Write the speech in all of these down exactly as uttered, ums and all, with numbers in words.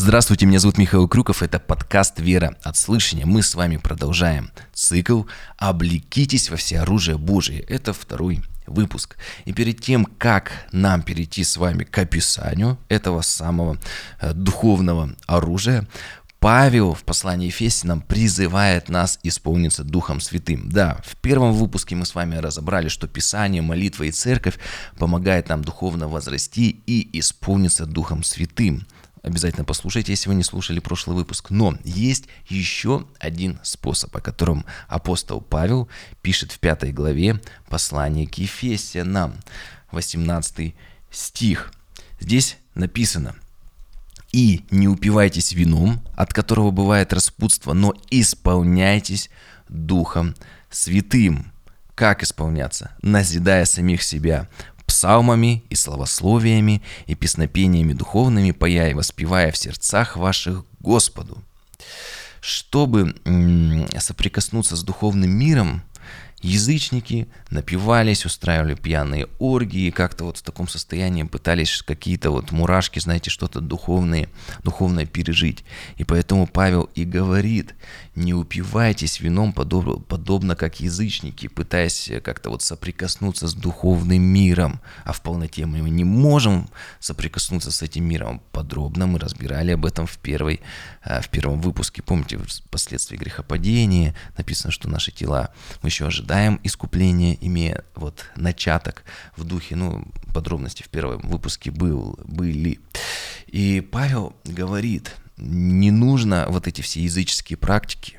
Здравствуйте, меня зовут Михаил Крюков, это подкаст «Вера от слышания». Мы с вами продолжаем цикл «Облекитесь во всеоружие Божие». Это второй выпуск. И перед тем, как нам перейти с вами к описанию этого самого э, духовного оружия, Павел в послании Ефесянам призывает нас исполниться Духом Святым. Да, в первом выпуске мы с вами разобрали, что Писание, молитва и церковь помогает нам духовно возрасти и исполниться Духом Святым. Обязательно послушайте, если вы не слушали прошлый выпуск. Но есть еще один способ, о котором апостол Павел пишет в пятой главе послания к Ефесянам, восемнадцатый стих. Здесь написано: «И не упивайтесь вином, от которого бывает распутство, но исполняйтесь Духом Святым». Как исполняться? Назидая самих себя псалмами и славословиями и песнопениями духовными, поя и воспевая в сердцах ваших Господу. Чтобы м- соприкоснуться с духовным миром, язычники напивались, устраивали пьяные оргии, как-то вот в таком состоянии пытались какие-то вот мурашки, знаете, что-то духовное, духовное пережить. И поэтому Павел и говорит: не упивайтесь вином подобно, подобно как язычники, пытаясь как-то вот соприкоснуться с духовным миром. А в полноте мы не можем соприкоснуться с этим миром. Подробно мы разбирали об этом в, первой, в первом выпуске. Помните, последствия грехопадения написано, что наши тела мы еще ожидаем искупления, имея вот начаток в духе. Ну, подробности в первом выпуске был, были. И Павел говорит: не нужно вот эти все языческие практики.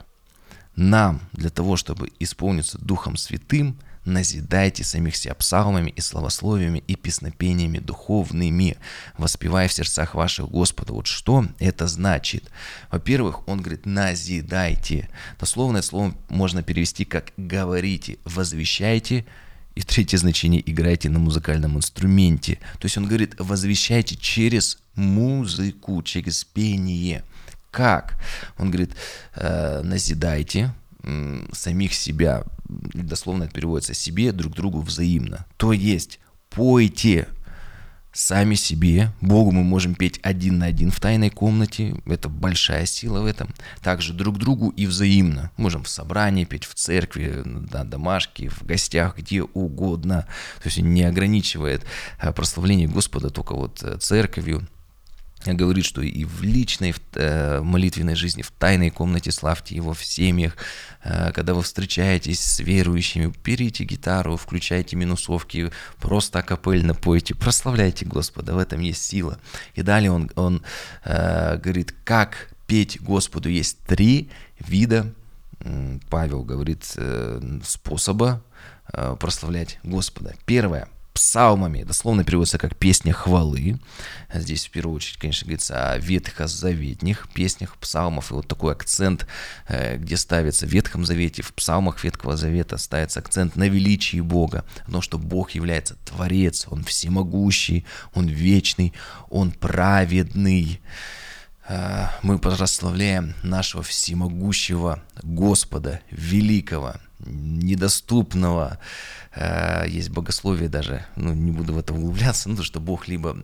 Нам для того, чтобы исполниться Духом Святым, назидайте самих себя псалмами и славословиями и песнопениями духовными, воспевая в сердцах ваших Господу. Вот что это значит? Во-первых, он говорит: назидайте. Дословное слово можно перевести как говорите, возвещайте. И третье значение: играйте на музыкальном инструменте. То есть он говорит: возвещайте через музыку, через пение. Как? Он говорит: э, назидайте самих себя, дословно это переводится себе, друг другу взаимно. То есть пойте сами себе. Богу мы можем петь один на один в тайной комнате. Это большая сила в этом. Также друг другу и взаимно. Можем в собрании петь, в церкви, на домашке, в гостях, где угодно. То есть он не ограничивает прославление Господа только вот церковью. Говорит, что и в личной, в э, молитвенной жизни, в тайной комнате славьте Его в семьях. Э, когда вы встречаетесь с верующими, берите гитару, включайте минусовки, просто акапельно пойте, прославляйте Господа, в этом есть сила. И далее он, он э, говорит, как петь Господу. Есть три вида, Павел говорит, э, способа э, прославлять Господа. Первое: псалмами, дословно переводится как песня хвалы. Здесь в первую очередь, конечно, говорится о ветхозаветных песнях псалмов. И вот такой акцент, где ставится в Ветхом Завете, в псалмах Ветхого Завета ставится акцент на величии Бога. Но что Бог является Творец, Он всемогущий, Он вечный, Он праведный. Мы прославляем нашего всемогущего Господа, великого, недоступного. Есть богословие даже, ну, не буду в это углубляться, ну, то, что Бог либо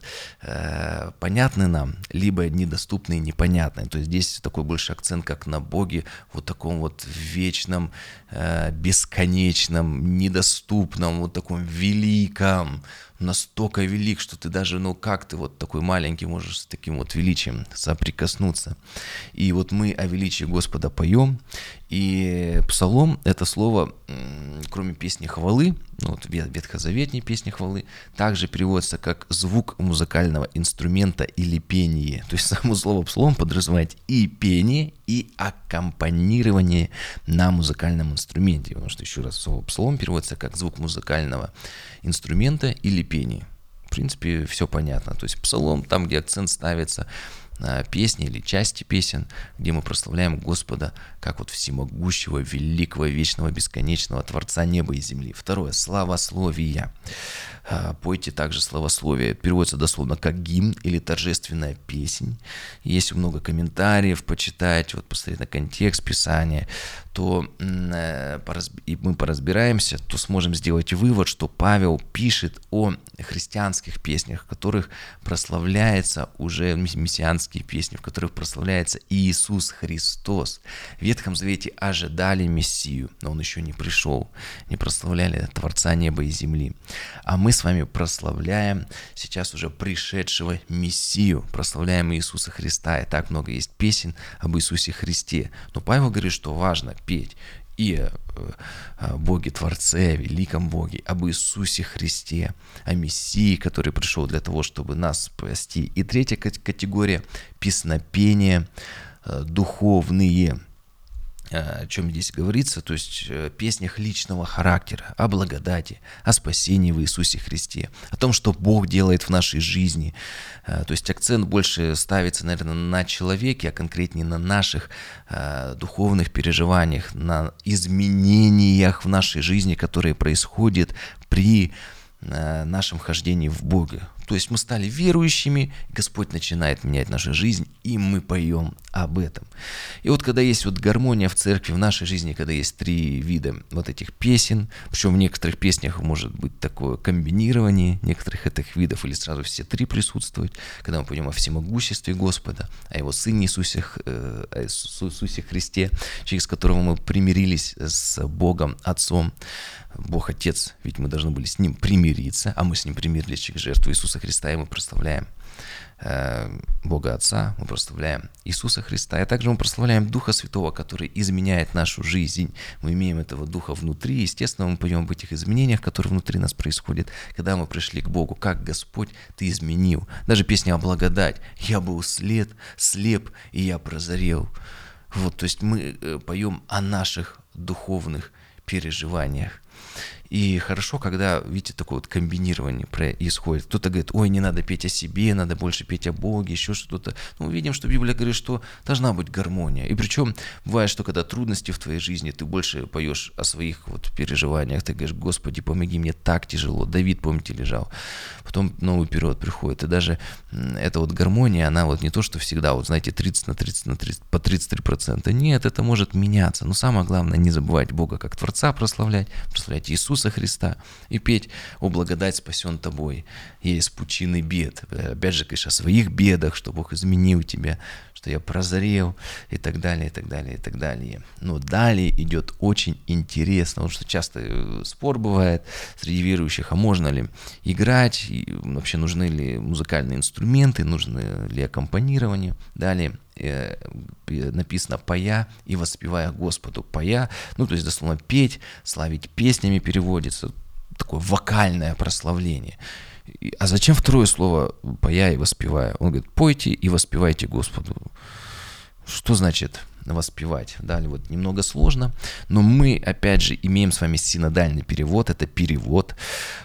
э, понятный нам, либо недоступный и непонятный. То есть здесь такой больше акцент как на Боге, вот таком вот вечном, э, бесконечном, недоступном, вот таком великом, настолько велик, что ты даже, ну, как ты вот такой маленький можешь с таким вот величием соприкоснуться. И вот мы о величии Господа поем, и псалом — это слово, кроме песни хвалы, ну, вот ветхозаветные песни хвалы, также переводится как звук музыкального инструмента или пение. То есть само слово псалом подразумевает и пение, и аккомпанирование на музыкальном инструменте. Потому что, еще раз, слово псалом переводится как звук музыкального инструмента или пение. В принципе, все понятно. То есть псалом, там, где акцент ставится на песни или части песен, где мы прославляем Господа как вот всемогущего, великого, вечного, бесконечного Творца неба и земли. Второе: славословия. Пойте также славословие. Переводится дословно как гимн или торжественная песнь. Есть много комментариев, почитать, вот посмотреть на контекст Писания, то и мы поразбираемся, то сможем сделать вывод, что Павел пишет о христианских песнях, в которых прославляется уже мессианские песни, в которых прославляется Иисус Христос. В Ветхом Завете ожидали Мессию, но Он еще не пришел, не прославляли Творца неба и земли. А мы с вами прославляем сейчас уже пришедшего Мессию, прославляем Иисуса Христа. И так много есть песен об Иисусе Христе. Но Павел говорит, что важно петь и о Боге Творце, о великом Боге, об Иисусе Христе, о Мессии, который пришел для того, чтобы нас спасти. И третья категория – песнопения духовные. О чем здесь говорится, то есть о песнях личного характера, о благодати, о спасении в Иисусе Христе, о том, что Бог делает в нашей жизни. То есть акцент больше ставится, наверное, на человеке, а конкретнее на наших духовных переживаниях, на изменениях в нашей жизни, которые происходят при нашем хождении в Бога. То есть мы стали верующими, Господь начинает менять нашу жизнь, и мы поем об этом. И вот когда есть вот гармония в церкви, в нашей жизни, когда есть три вида вот этих песен, причем в некоторых песнях может быть такое комбинирование некоторых этих видов, или сразу все три присутствуют, когда мы поем о всемогуществе Господа, о Его Сыне Иисусе, э, Иисусе Христе, через которого мы примирились с Богом Отцом. Бог Отец, ведь мы должны были с Ним примириться, а мы с Ним примирились через жертву Иисуса Христа, и мы прославляем э, Бога Отца, мы прославляем Иисуса Христа, и также мы прославляем Духа Святого, который изменяет нашу жизнь. Мы имеем этого Духа внутри, естественно, мы пойдем об этих изменениях, которые внутри нас происходят, когда мы пришли к Богу. Как, Господь, Ты изменил. Даже песня о благодать. «Я был след, слеп, и я прозрел». Вот, то есть мы поем о наших духовных переживаниях. И хорошо, когда, видите, такое вот комбинирование происходит. Кто-то говорит, ой, не надо петь о себе, надо больше петь о Боге, еще что-то. Но мы видим, что Библия говорит, что должна быть гармония. И причем бывает, что когда трудности в твоей жизни, ты больше поешь о своих вот переживаниях, ты говоришь, Господи, помоги мне, так тяжело. Давид, помните, лежал. Потом новый период приходит. И даже эта вот гармония, она вот не то, что всегда, вот знаете, тридцать на тридцать на тридцать, по тридцать три процента. Нет, это может меняться. Но самое главное, не забывать Бога как Творца прославлять, прославлять Иисуса Христа и петь «О, благодать спасен тобой, я из пучины бед». Опять же, конечно, о своих бедах, что Бог изменил тебя, что я прозрел и так далее, и так далее, и так далее. Но далее идет очень интересно, потому что часто спор бывает среди верующих, а можно ли играть, и вообще нужны ли музыкальные инструменты, нужны ли аккомпанирование. Далее написано «поя и воспевая Господу». «Поя», ну, то есть, дословно, петь, славить песнями переводится, такое вокальное прославление. А зачем второе слово «поя и воспевая»? Он говорит, пойте и воспевайте Господу. Что значит воспевать? Далее вот немного сложно, но мы, опять же, имеем с вами синодальный перевод, это перевод,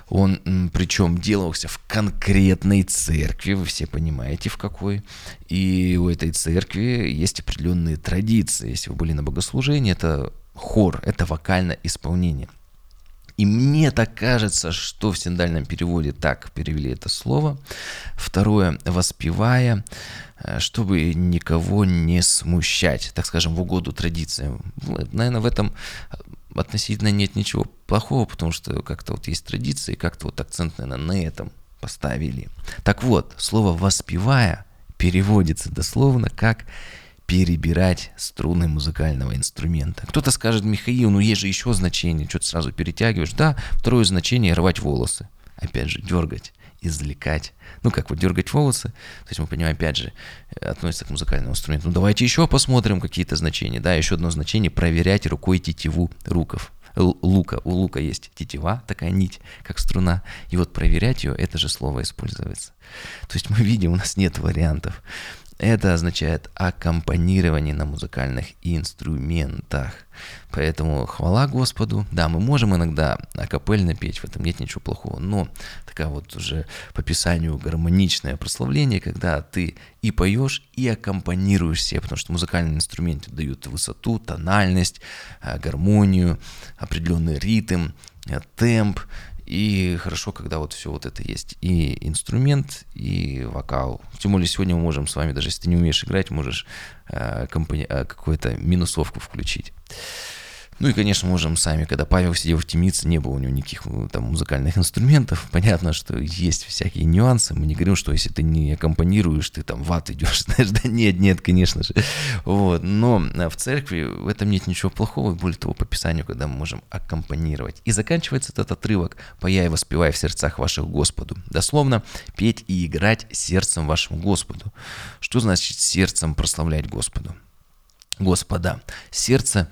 он причем делался в конкретной церкви, вы все понимаете в какой, и у этой церкви есть определенные традиции, если вы были на богослужении, это хор, это вокальное исполнение. И мне так кажется, что в синодальном переводе так перевели это слово. Второе, воспевая, чтобы никого не смущать, так скажем, в угоду традициям. Наверное, в этом относительно нет ничего плохого, потому что как-то вот есть традиции, как-то вот акцент, наверное, на этом поставили. Так вот, слово «воспевая» переводится дословно как перебирать струны музыкального инструмента. Кто-то скажет, Михаил, ну есть же еще значение, что ты сразу перетягиваешь. Да, второе значение – рвать волосы. Опять же, дергать, извлекать. Ну, как вот дергать волосы, то есть мы понимаем, опять же, относится к музыкальному инструменту. Ну, давайте еще посмотрим какие-то значения. Да, еще одно значение – проверять рукой тетиву руков. Лука. У лука есть тетива, такая нить, как струна. И вот проверять ее, это же слово используется. То есть мы видим, у нас нет вариантов. Это означает аккомпанирование на музыкальных инструментах. Поэтому хвала Господу. Да, мы можем иногда акапельно петь, в этом нет ничего плохого, но такая вот уже по Писанию гармоничное прославление, когда ты и поешь, и аккомпанируешь себе, потому что музыкальные инструменты дают высоту, тональность, гармонию, определенный ритм, темп. И хорошо, когда вот все вот это есть. И инструмент, и вокал. Тем более сегодня мы можем с вами, даже если ты не умеешь играть, можешь э, компани- э, какую-то минусовку включить. Ну и, конечно, можем сами, когда Павел сидел в темнице, не было у него никаких там музыкальных инструментов. Понятно, что есть всякие нюансы. Мы не говорим, что если ты не аккомпанируешь, ты там в ад идешь, знаешь, да нет, нет, конечно же. Вот. Но в церкви в этом нет ничего плохого, более того, по Писанию, когда мы можем аккомпанировать. И заканчивается этот отрывок: «Пая и воспевай в сердцах ваших Господу». Дословно, петь и играть сердцем вашему Господу. Что значит сердцем прославлять Господу? Господа. Сердце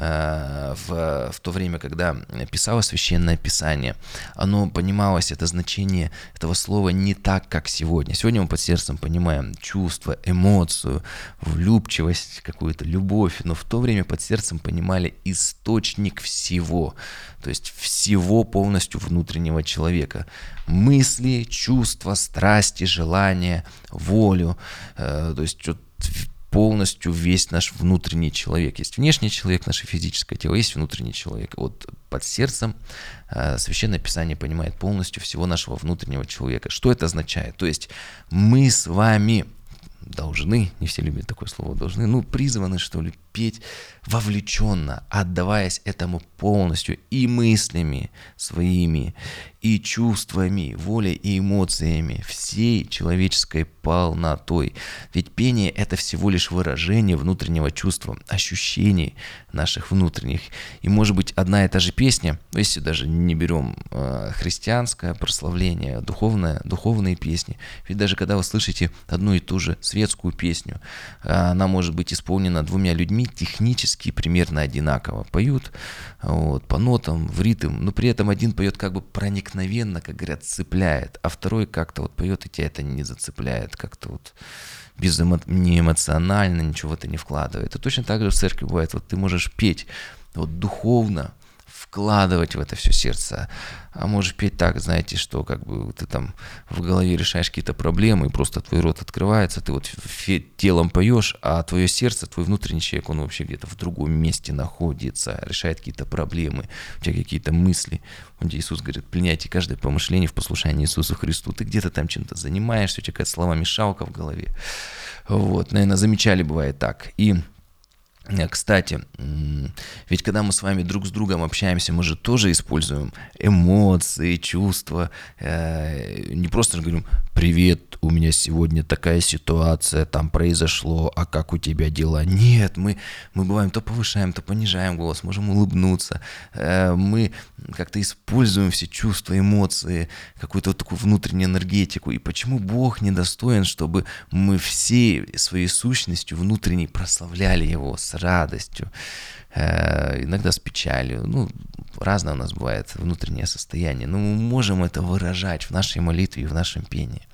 э, в, в то время, когда писалось Священное Писание, оно понималось, это значение этого слова не так, как сегодня. Сегодня мы под сердцем понимаем чувство, эмоцию, влюбчивость, какую-то любовь, но в то время под сердцем понимали источник всего, то есть всего полностью внутреннего человека. Мысли, чувства, страсти, желания, волю, э, то есть полностью весь наш внутренний человек. Есть внешний человек, наше физическое тело, есть внутренний человек. Вот под сердцем э, Священное Писание понимает полностью всего нашего внутреннего человека. Что это означает? То есть мы с вами должны, не все любят такое слово должны, ну призваны, что ли, петь вовлеченно, отдаваясь этому полностью и мыслями своими, и чувствами, волей и эмоциями, всей человеческой полнотой. Ведь пение — это всего лишь выражение внутреннего чувства, ощущений наших внутренних. И может быть одна и та же песня, если даже не берем э, христианское прославление, духовное, духовные песни, ведь даже когда вы слышите одну и ту же светскую песню, э, она может быть исполнена двумя людьми технически примерно одинаково. Поют вот, по нотам, в ритм, но при этом один поет как бы проникновенно, как говорят, цепляет, а второй как-то вот поет, и тебя это не зацепляет, как-то вот без эмо... не эмоционально, ничего это не вкладывает. И точно так же в церкви бывает, вот ты можешь петь вот духовно, вкладывать в это все сердце, а можешь петь так, знаете, что как бы ты там в голове решаешь какие-то проблемы, и просто твой рот открывается, ты вот телом поешь, а твое сердце, твой внутренний человек, он вообще где-то в другом месте находится, решает какие-то проблемы, у тебя какие-то мысли. Вот Иисус говорит: пленяйте каждое помышление в послушании Иисусу Христу. Ты где-то там чем-то занимаешься, у тебя какая-то словомешалка в голове. Вот, наверное, замечали, бывает так. И кстати, ведь когда мы с вами друг с другом общаемся, мы же тоже используем эмоции, чувства. Не просто же говорим: привет, у меня сегодня такая ситуация, там произошло, а как у тебя дела? Нет, мы, мы бываем то повышаем, то понижаем голос, можем улыбнуться. Мы как-то используем все чувства, эмоции, какую-то вот такую внутреннюю энергетику. И почему Бог недостоин, чтобы мы всей своей сущностью внутренней прославляли Его с радостью, э, иногда с печалью. Ну, разное у нас бывает внутреннее состояние, но мы можем это выражать в нашей молитве и в нашем пении.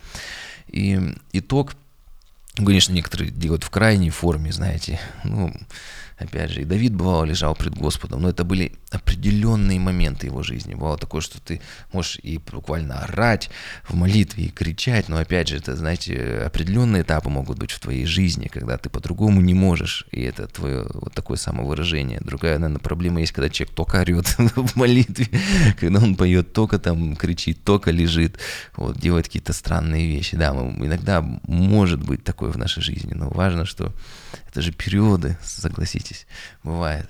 И итог, конечно, некоторые делают в крайней форме, знаете, ну, опять же, и Давид, бывало, лежал пред Господом, но это были определенные моменты его жизни. Бывало такое, что ты можешь и буквально орать в молитве и кричать, но, опять же, это, знаете, определенные этапы могут быть в твоей жизни, когда ты по-другому не можешь, и это твое вот такое самовыражение. Другая, наверное, проблема есть, когда человек только орет в молитве, когда он поет, только там кричит, только лежит, вот, делает какие-то странные вещи. Да, мы, иногда может быть такое в нашей жизни, но важно, что это же периоды, согласитесь, бывает.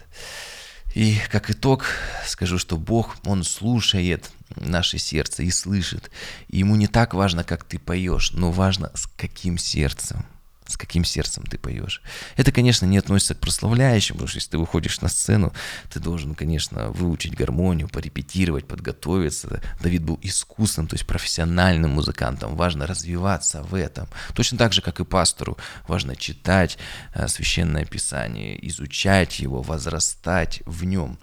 И как итог скажу, что Бог, Он слушает наше сердце и слышит. И Ему не так важно, как ты поешь, но важно, с каким сердцем. С каким сердцем ты поешь. Это, конечно, не относится к прославляющим, потому что если ты выходишь на сцену, ты должен, конечно, выучить гармонию, порепетировать, подготовиться. Давид был искусным, то есть профессиональным музыкантом. Важно развиваться в этом. Точно так же, как и пастору. Важно читать Священное Писание, изучать его, возрастать в нем.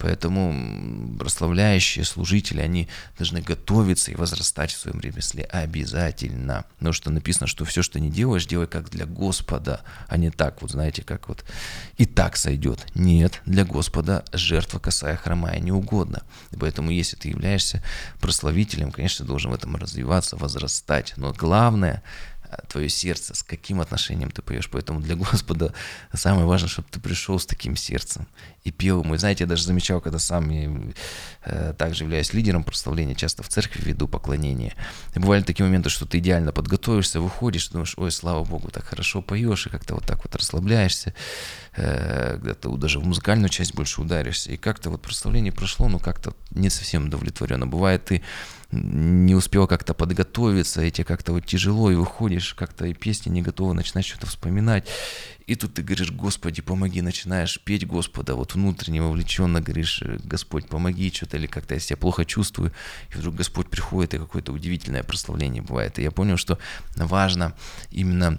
Поэтому прославляющие служители, они должны готовиться и возрастать в своем ремесле обязательно. Потому что написано, что все, что не делаешь, делай как для Господа, а не так, вот знаете, как вот и так сойдет. Нет, для Господа жертва косая, хромая не угодно. И поэтому, если ты являешься прославителем, конечно, ты должен в этом развиваться, возрастать. Но главное, твое сердце, с каким отношением ты поешь. Поэтому для Господа самое важное, чтобы ты пришел с таким сердцем и пел ему. И знаете, я даже замечал, когда сам я, э, также являюсь лидером прославления, часто в церкви веду поклонение. И бывали такие моменты, что ты идеально подготовишься, выходишь, думаешь, ой, слава Богу, так хорошо поешь, и как-то вот так вот расслабляешься, э, где-то даже в музыкальную часть больше ударишься. И как-то вот прославление прошло, но как-то не совсем удовлетворенно. Бывает, ты не успел как-то подготовиться, и тебе как-то вот тяжело, и выходишь, как-то и песни не готовы, начинаешь что-то вспоминать, и тут ты говоришь, Господи, помоги, начинаешь петь Господа, вот внутренне вовлеченно говоришь, Господь, помоги, что-то, или как-то я себя плохо чувствую, и вдруг Господь приходит, и какое-то удивительное прославление бывает. И я понял, что важно именно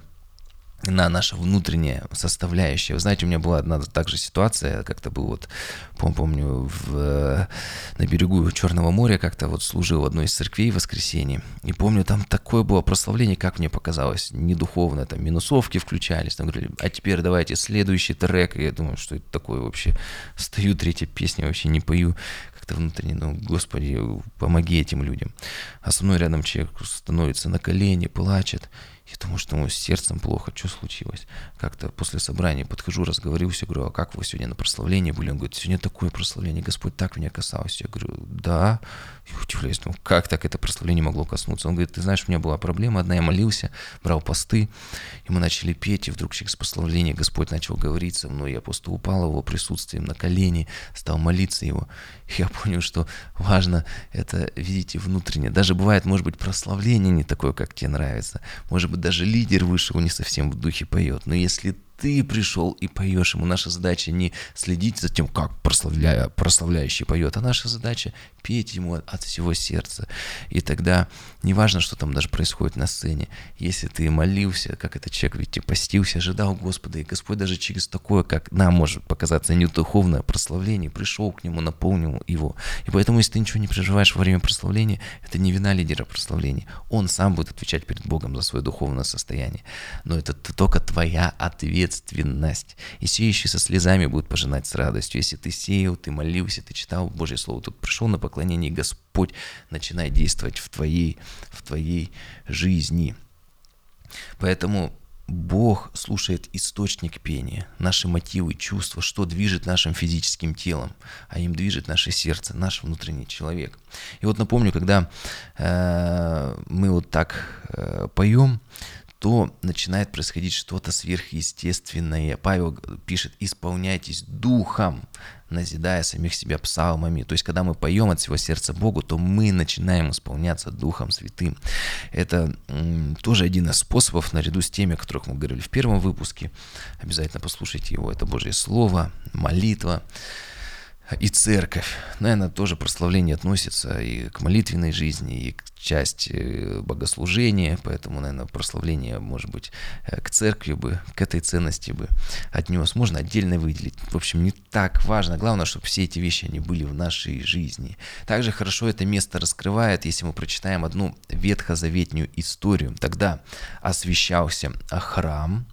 на наша внутренняя составляющая. Вы знаете, у меня была одна также ситуация, как-то был вот, помню, в, на берегу Черного моря, как-то вот служил в одной из церквей в воскресенье, и помню, там такое было прославление, как мне показалось, не духовное, там минусовки включались, там говорили, а теперь давайте следующий трек, и я думаю, что это такое вообще, стою, третья песня, вообще не пою, как-то внутренне, ну, Господи, помоги этим людям. А со мной рядом человек становится на колени, плачет. Я думаю, что ему с сердцем плохо, что случилось? Как-то после собрания подхожу, разговорился, говорю, а как вы сегодня на прославлении были? Он говорит, сегодня такое прославление, Господь так меня касался. Я говорю, да. Я удивляюсь, думаю, как так это прославление могло коснуться? Он говорит, ты знаешь, у меня была проблема одна, я молился, брал посты, и мы начали петь, и вдруг через прославление Господь начал говорить со мной, я просто упал в его присутствием на колени, стал молиться его. И я понял, что важно это, видите, внутренне. Даже бывает, может быть, прославление не такое, как тебе нравится. Может быть, даже лидер вышел не совсем в духе поет. Но если ты пришел и поешь ему, наша задача не следить за тем, как прославляя, прославляющий поет, а наша задача петь ему от всего сердца. И тогда неважно, что там даже происходит на сцене, если ты молился, как этот человек, ведь ты постился, ожидал Господа, и Господь даже через такое, как нам может показаться недуховное прославление, пришел к нему, наполнил его. И поэтому, если ты ничего не переживаешь во время прославления, это не вина лидера прославления. Он сам будет отвечать перед Богом за свое духовное состояние. Но это только твоя ответственность. Ответственность. И сеющий со слезами будет пожинать с радостью. Если ты сеял, ты молился, ты читал Божье Слово, тут пришел на поклонение, и Господь начинает действовать в твоей, в твоей жизни. Поэтому Бог слушает источник пения, наши мотивы, чувства, что движет нашим физическим телом, а им движет наше сердце, наш внутренний человек. И вот напомню, когда э, мы вот так э, поем, то начинает происходить что-то сверхъестественное. Павел пишет, исполняйтесь духом, назидая самих себя псалмами. То есть, когда мы поем от всего сердца Богу, то мы начинаем исполняться Духом Святым. Это м, тоже один из способов, наряду с теми, о которых мы говорили в первом выпуске. Обязательно послушайте его. Это Божье Слово, молитва и церковь. Наверное, тоже прославление относится и к молитвенной жизни, и к части богослужения, поэтому, наверное, прославление, может быть, к церкви бы, к этой ценности бы отнес. Можно отдельно выделить. В общем, не так важно. Главное, чтобы все эти вещи, они были в нашей жизни. Также хорошо это место раскрывает, если мы прочитаем одну ветхозаветную историю. Тогда освящался храм,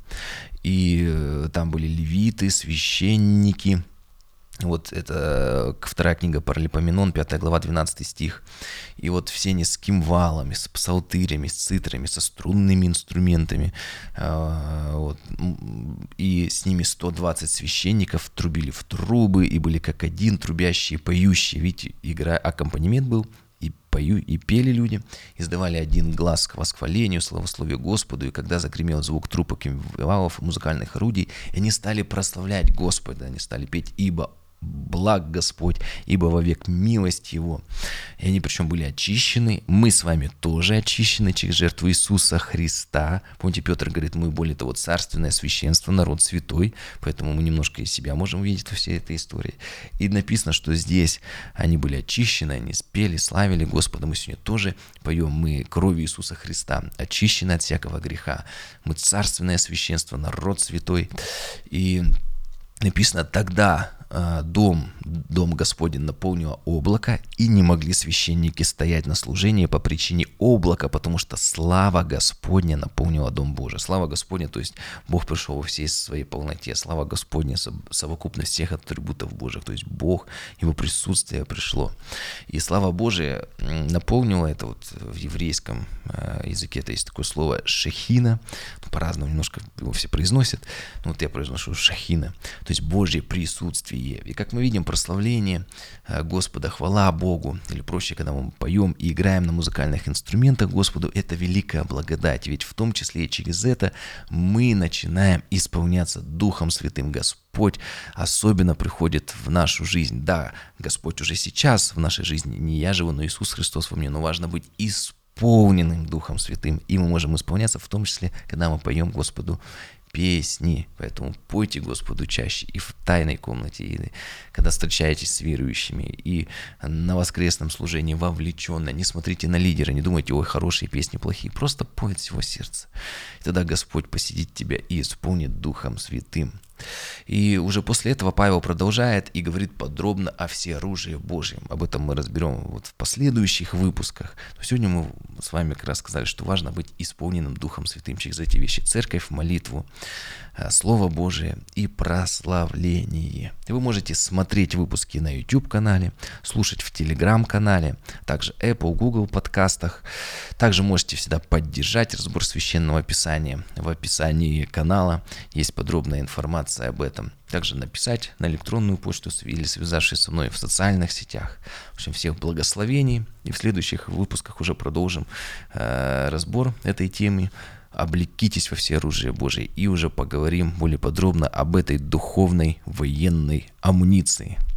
и там были левиты, священники. Вот это вторая книга Паралипоменон, пятая глава, двенадцатый стих. И вот все они с кимвалами, с псалтырями, с цитрами, со струнными инструментами. Вот. И с ними сто двадцать священников трубили в трубы, и были как один трубящие, поющие. Видите, игра, аккомпанемент был. И пою, и пели люди, издавали один глас к восхвалению, славословию Господу, и когда загремел звук труб, кимвалов, музыкальных орудий, они стали прославлять Господа, они стали петь, ибо благ Господь, ибо вовек милость Его. И они причем были очищены, мы с вами тоже очищены через жертву Иисуса Христа. Помните, Петр говорит, мы более того царственное священство, народ святой, поэтому мы немножко из себя можем увидеть во всей этой истории. И написано, что здесь они были очищены, они спели, славили Господа. Мы сегодня тоже поем, мы кровью Иисуса Христа очищены от всякого греха. Мы царственное священство, народ святой. И написано, тогда дом, дом Господень наполнило облако, и не могли священники стоять на служении по причине облака, потому что слава Господня наполнила дом Божий. Слава Господня, то есть Бог пришел во всей своей полноте. Слава Господня, совокупность всех атрибутов Божьих, то есть Бог, Его присутствие пришло. И слава Божия наполнила это вот в еврейском языке, это есть такое слово шехина, ну, по-разному немножко его все произносят, ну, вот я произношу шахина, то есть Божье присутствие. И как мы видим, прославление Господа, хвала Богу, или проще, когда мы поем и играем на музыкальных инструментах Господу, это великая благодать, ведь в том числе и через это мы начинаем исполняться Духом Святым. Господь особенно приходит в нашу жизнь. Да, Господь уже сейчас в нашей жизни, не я живу, но Иисус Христос во мне, но важно быть исполненным Духом Святым, и мы можем исполняться в том числе, когда мы поем Господу песни. Поэтому пойте Господу чаще и в тайной комнате, и когда встречаетесь с верующими, и на воскресном служении вовлеченно. Не смотрите на лидера, не думайте, ой, хорошие песни, плохие. Просто пой от всего сердца. И тогда Господь посетит тебя и исполнит Духом Святым. И уже после этого Павел продолжает и говорит подробно о всеоружии Божьем. Об этом мы разберем вот в последующих выпусках. Но сегодня мы с вами как раз сказали, что важно быть исполненным Духом Святым через эти вещи: церковь, молитву, Слово Божие и прославление. И вы можете смотреть выпуски на YouTube-канале, слушать в Telegram-канале, также Apple, Google подкастах. Также можете всегда поддержать разбор Священного Писания. В описании канала есть подробная информация об этом. Также написать на электронную почту или связавшись со мной в социальных сетях. В общем, всех благословений. И в следующих выпусках уже продолжим э, разбор этой темы. Облекитесь во все оружие Божие, и уже поговорим более подробно об этой духовной военной амуниции.